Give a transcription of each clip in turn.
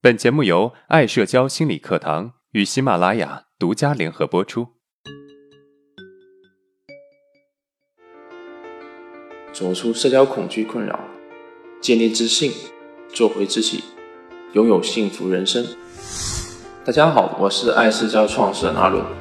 本节目由爱社交心理课堂与喜马拉雅独家联合播出。 走出社交恐惧困扰，建立自信，做回自己，拥有幸福人生。大家好，我是爱社交创始人阿伦。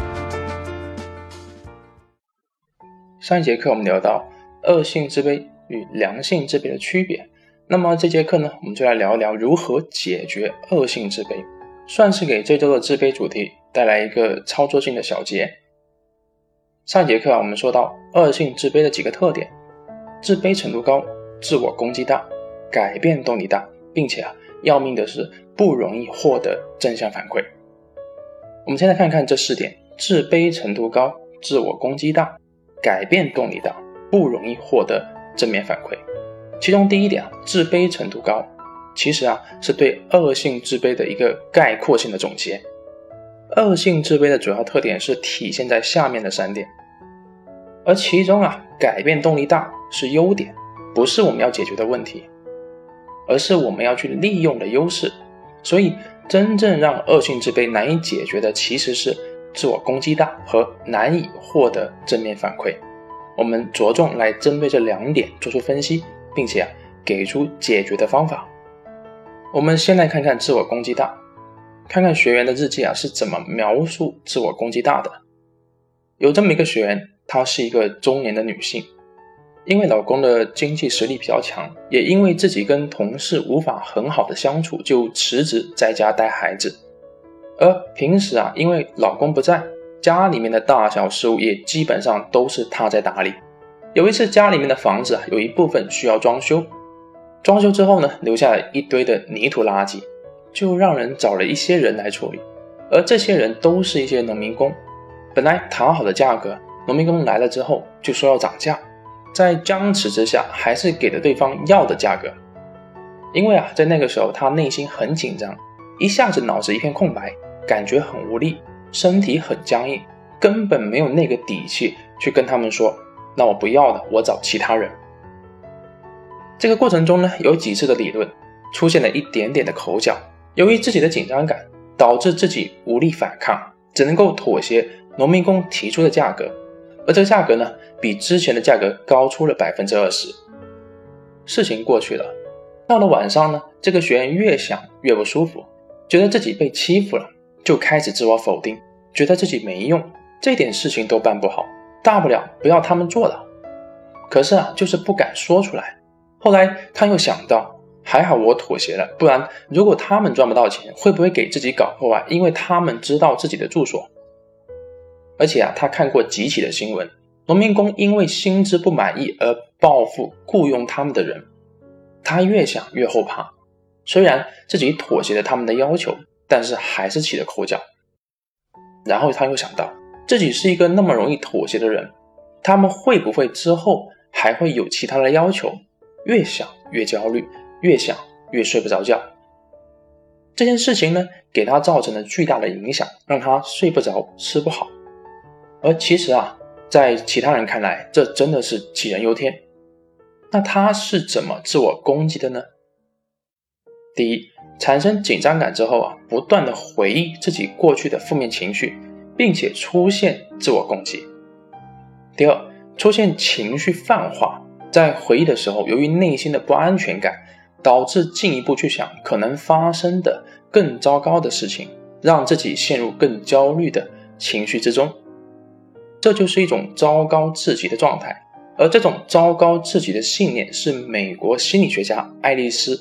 上一节课我们聊到恶性自卑与良性自卑的区别，那么这节课呢，我们就来聊一聊如何解决恶性自卑，算是给这周的自卑主题带来一个操作性的小结。上一节课我们说到恶性自卑的几个特点：自卑程度高，自我攻击大，改变动力大，并且要命的是不容易获得正向反馈。我们现在看看这4点：自卑程度高，自我攻击大，改变动力大，不容易获得正面反馈。其中第一点，自卑程度高，其实是对恶性自卑的一个概括性的总结。恶性自卑的主要特点是体现在下面的3点，而其中改变动力大是优点，不是我们要解决的问题，而是我们要去利用的优势。所以真正让恶性自卑难以解决的其实是自我攻击大和难以获得正面反馈。我们着重来针对这2点做出分析，并且给出解决的方法。我们先来看看自我攻击大，看看学员的日记是怎么描述自我攻击大的。有这么一个学员，她是一个中年的女性，因为老公的经济实力比较强，也因为自己跟同事无法很好的相处，就辞职在家带孩子。而平时因为老公不在，家里面的大小事务也基本上都是她在打理。有一次家里面的房子有一部分需要装修，装修之后呢，留下了一堆的泥土垃圾，就让人找了一些人来处理，而这些人都是一些农民工。本来谈好的价格，农民工来了之后就说要涨价，在僵持之下还是给了对方要的价格。因为在那个时候他内心很紧张，一下子脑子一片空白，感觉很无力，身体很僵硬，根本没有那个底气去跟他们说，那我不要了，我找其他人。这个过程中呢，有几次的理论出现了一点点的口角，由于自己的紧张感，导致自己无力反抗，只能够妥协农民工提出的价格，而这个价格呢，比之前的价格高出了 20%。 事情过去了，到了晚上呢，这个学员越想越不舒服，觉得自己被欺负了，就开始自我否定，觉得自己没用，这点事情都办不好，大不了不要他们做了。可是就是不敢说出来。后来他又想到，还好我妥协了，不然如果他们赚不到钱，会不会给自己搞破坏？因为他们知道自己的住所。而且他看过几起的新闻，农民工因为薪资不满意而报复雇佣他们的人。他越想越后怕，虽然自己妥协了他们的要求，但是还是起了口角。然后他又想到，自己是一个那么容易妥协的人，他们会不会之后还会有其他的要求？越想越焦虑，越想越睡不着觉。这件事情呢，给他造成了巨大的影响，让他睡不着，吃不好。而其实在其他人看来，这真的是杞人忧天。那他是怎么自我攻击的呢？第一，产生紧张感之后不断的回忆自己过去的负面情绪，并且出现自我攻击。第二，出现情绪泛化，在回忆的时候，由于内心的不安全感，导致进一步去想可能发生的更糟糕的事情，让自己陷入更焦虑的情绪之中。这就是一种糟糕至极的状态，而这种糟糕至极的信念是美国心理学家爱丽丝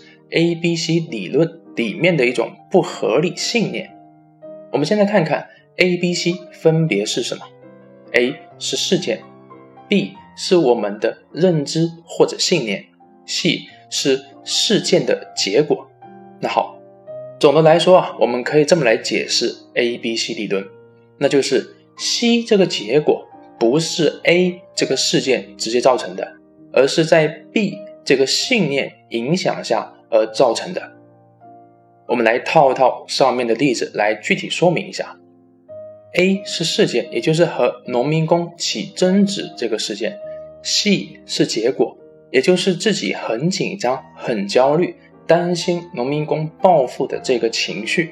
ABC 理论里面的一种不合理信念。我们现在看看 ABC 分别是什么。 A 是事件， B 是我们的认知或者信念， C 是事件的结果。那好，总的来说我们可以这么来解释 ABC 理论，那就是 C 这个结果不是 A 这个事件直接造成的，而是在 B 这个信念影响下而造成的。我们来套一套上面的例子来具体说明一下。 A 是事件，也就是和农民工起争执这个事件。 C 是结果，也就是自己很紧张很焦虑， 担心农民工报复的这个情绪。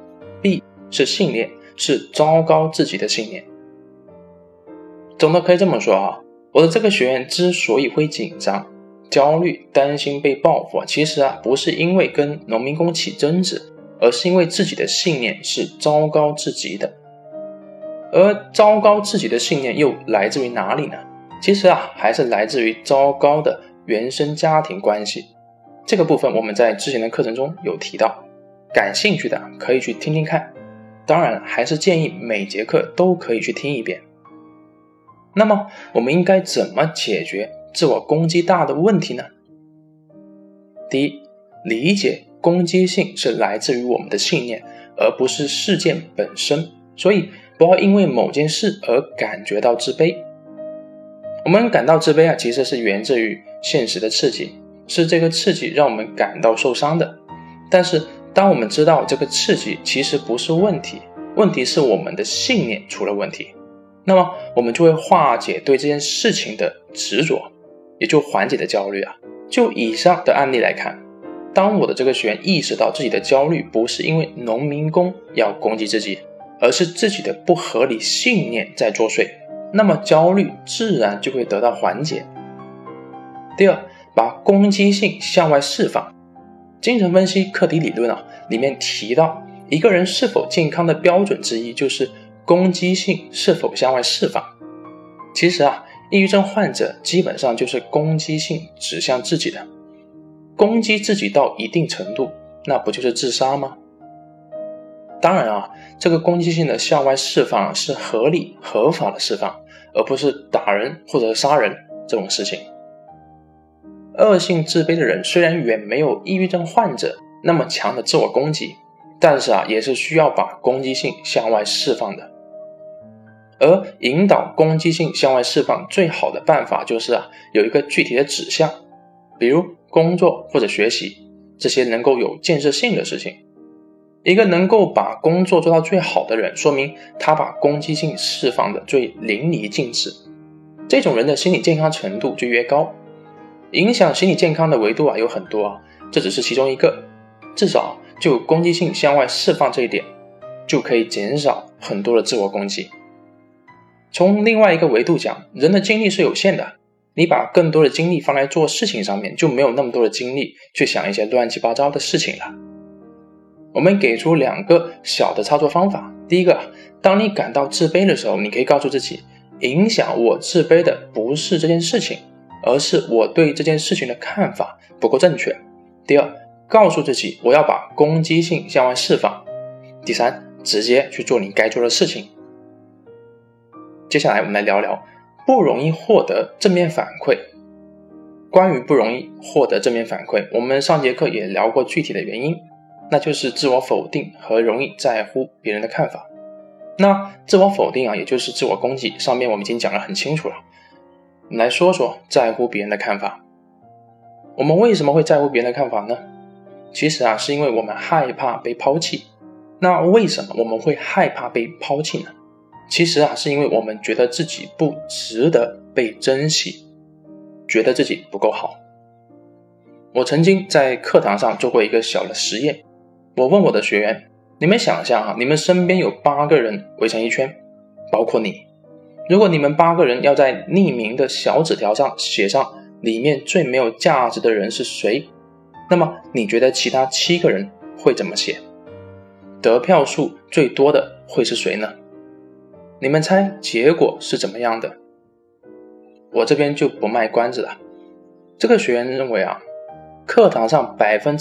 B 是信念，是糟糕自己的信念。总的可以这么说啊，我的这个学员之所以会紧张、焦虑、担心被报复，其实不是因为跟农民工起争执，而是因为自己的信念是糟糕至极的。而糟糕至极的信念又来自于哪里呢？其实还是来自于糟糕的原生家庭关系。这个部分我们在之前的课程中有提到，感兴趣的可以去听听看，当然还是建议每节课都可以去听一遍。那么我们应该怎么解决自我攻击大的问题呢？第一，理解攻击性是来自于我们的信念，而不是事件本身，所以不要因为某件事而感觉到自卑。我们感到自卑其实是源自于现实的刺激，是这个刺激让我们感到受伤的。但是当我们知道这个刺激其实不是问题，问题是我们的信念出了问题，那么我们就会化解对这件事情的执着，也就缓解的焦虑。就以上的案例来看，当我的这个学员意识到自己的焦虑不是因为农民工要攻击自己，而是自己的不合理信念在作祟，那么焦虑自然就会得到缓解。第二，把攻击性向外释放。精神分析课题理论里面提到，一个人是否健康的标准之一就是攻击性是否向外释放。其实抑郁症患者基本上就是攻击性指向自己的，攻击自己到一定程度，那不就是自杀吗？当然这个攻击性的向外释放是合理合法的释放，而不是打人或者杀人这种事情。恶性自卑的人虽然远没有抑郁症患者那么强的自我攻击，但是也是需要把攻击性向外释放的。而引导攻击性向外释放最好的办法就是有一个具体的指向，比如工作或者学习，这些能够有建设性的事情。一个能够把工作做到最好的人，说明他把攻击性释放的最淋漓尽致，这种人的心理健康程度就越高。影响心理健康的维度有很多这只是其中一个，至少就攻击性向外释放这一点，就可以减少很多的自我攻击。从另外一个维度讲，人的精力是有限的，你把更多的精力放在做事情上面，就没有那么多的精力去想一些乱七八糟的事情了。我们给出2个小的操作方法。第一个，当你感到自卑的时候，你可以告诉自己，影响我自卑的不是这件事情，而是我对这件事情的看法不够正确。第二，告诉自己我要把攻击性向外释放。第三，直接去做你该做的事情。接下来我们来聊聊不容易获得正面反馈。关于不容易获得正面反馈，我们上节课也聊过具体的原因，那就是自我否定和容易在乎别人的看法。那自我否定也就是自我攻击，上面我们已经讲得很清楚了。我们来说说在乎别人的看法。我们为什么会在乎别人的看法呢？其实是因为我们害怕被抛弃。那为什么我们会害怕被抛弃呢？其实是因为我们觉得自己不值得被珍惜，觉得自己不够好。我曾经在课堂上做过一个小的实验，我问我的学员，你们想象你们身边有8个人围成一圈，包括你。如果你们8个人要在匿名的小纸条上写上里面最没有价值的人是谁，那么你觉得其他7个人会怎么写？得票数最多的会是谁呢？你们猜结果是怎么样的？我这边就不卖关子了。这个学员认为课堂上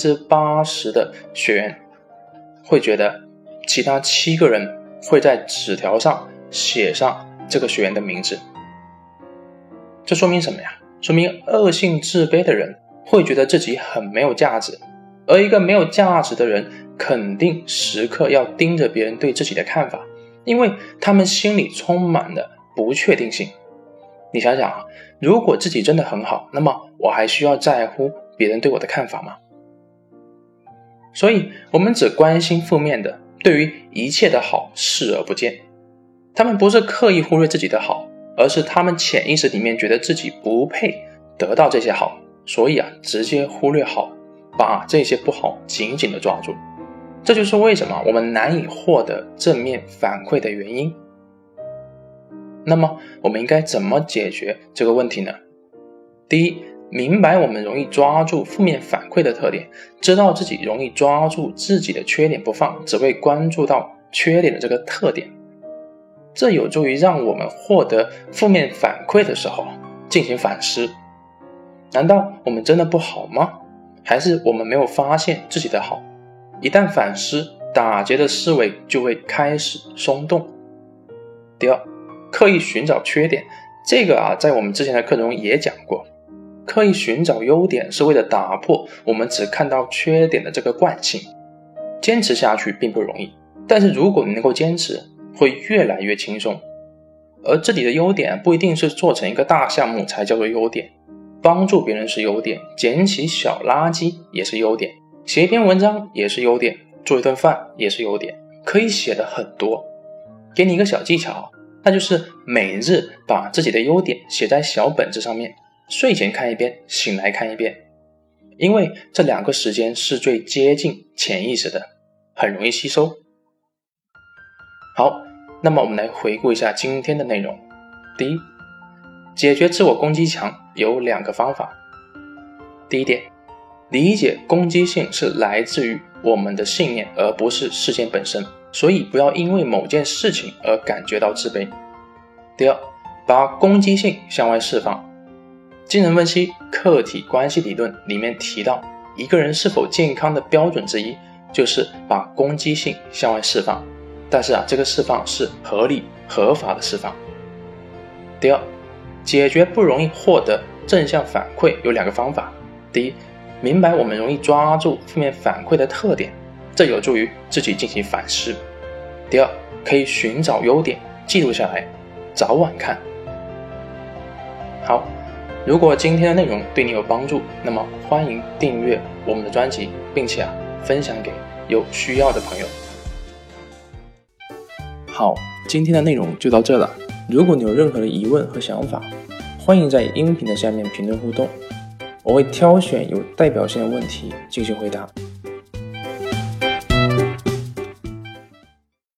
80% 的学员会觉得其他7个人会在纸条上写上这个学员的名字。这说明什么呀？说明恶性自卑的人会觉得自己很没有价值，而一个没有价值的人肯定时刻要盯着别人对自己的看法，因为他们心里充满了不确定性。你想想如果自己真的很好，那么我还需要在乎别人对我的看法吗？所以我们只关心负面的，对于一切的好视而不见。他们不是刻意忽略自己的好，而是他们潜意识里面觉得自己不配得到这些好，所以直接忽略好， 把这些不好紧紧的抓住。这就是为什么我们难以获得正面反馈的原因。那么我们应该怎么解决这个问题呢？第一，明白我们容易抓住负面反馈的特点，知道自己容易抓住自己的缺点不放，只会关注到缺点的这个特点，这有助于让我们获得负面反馈的时候进行反思。难道我们真的不好吗？还是我们没有发现自己的好？一旦反思，打结的思维就会开始松动。第二，刻意寻找缺点，这个在我们之前的课中也讲过。刻意寻找优点是为了打破我们只看到缺点的这个惯性，坚持下去并不容易，但是如果你能够坚持，会越来越轻松。而这里的优点不一定是做成一个大项目才叫做优点，帮助别人是优点，捡起小垃圾也是优点，写一篇文章也是优点，做一顿饭也是优点，可以写的很多。给你一个小技巧，那就是每日把自己的优点写在小本子上面，睡前看一遍，醒来看一遍，因为这2个时间是最接近潜意识的，很容易吸收。好，那么我们来回顾一下今天的内容。第一，解决自我攻击墙有2个方法。第一点，理解攻击性是来自于我们的信念，而不是事件本身，所以不要因为某件事情而感觉到自卑。第二，把攻击性向外释放。精神分析客体关系理论里面提到，一个人是否健康的标准之一就是把攻击性向外释放，但是这个释放是合理合法的释放。第二，解决不容易获得正向反馈有2个方法。第一，明白我们容易抓住负面反馈的特点，这有助于自己进行反思。第二，可以寻找优点，记录下来，早晚看。好，如果今天的内容对你有帮助，那么欢迎订阅我们的专辑，并且分享给有需要的朋友。好，今天的内容就到这了。如果你有任何的疑问和想法，欢迎在音频的下面评论互动，我会挑选有代表性的问题进行回答。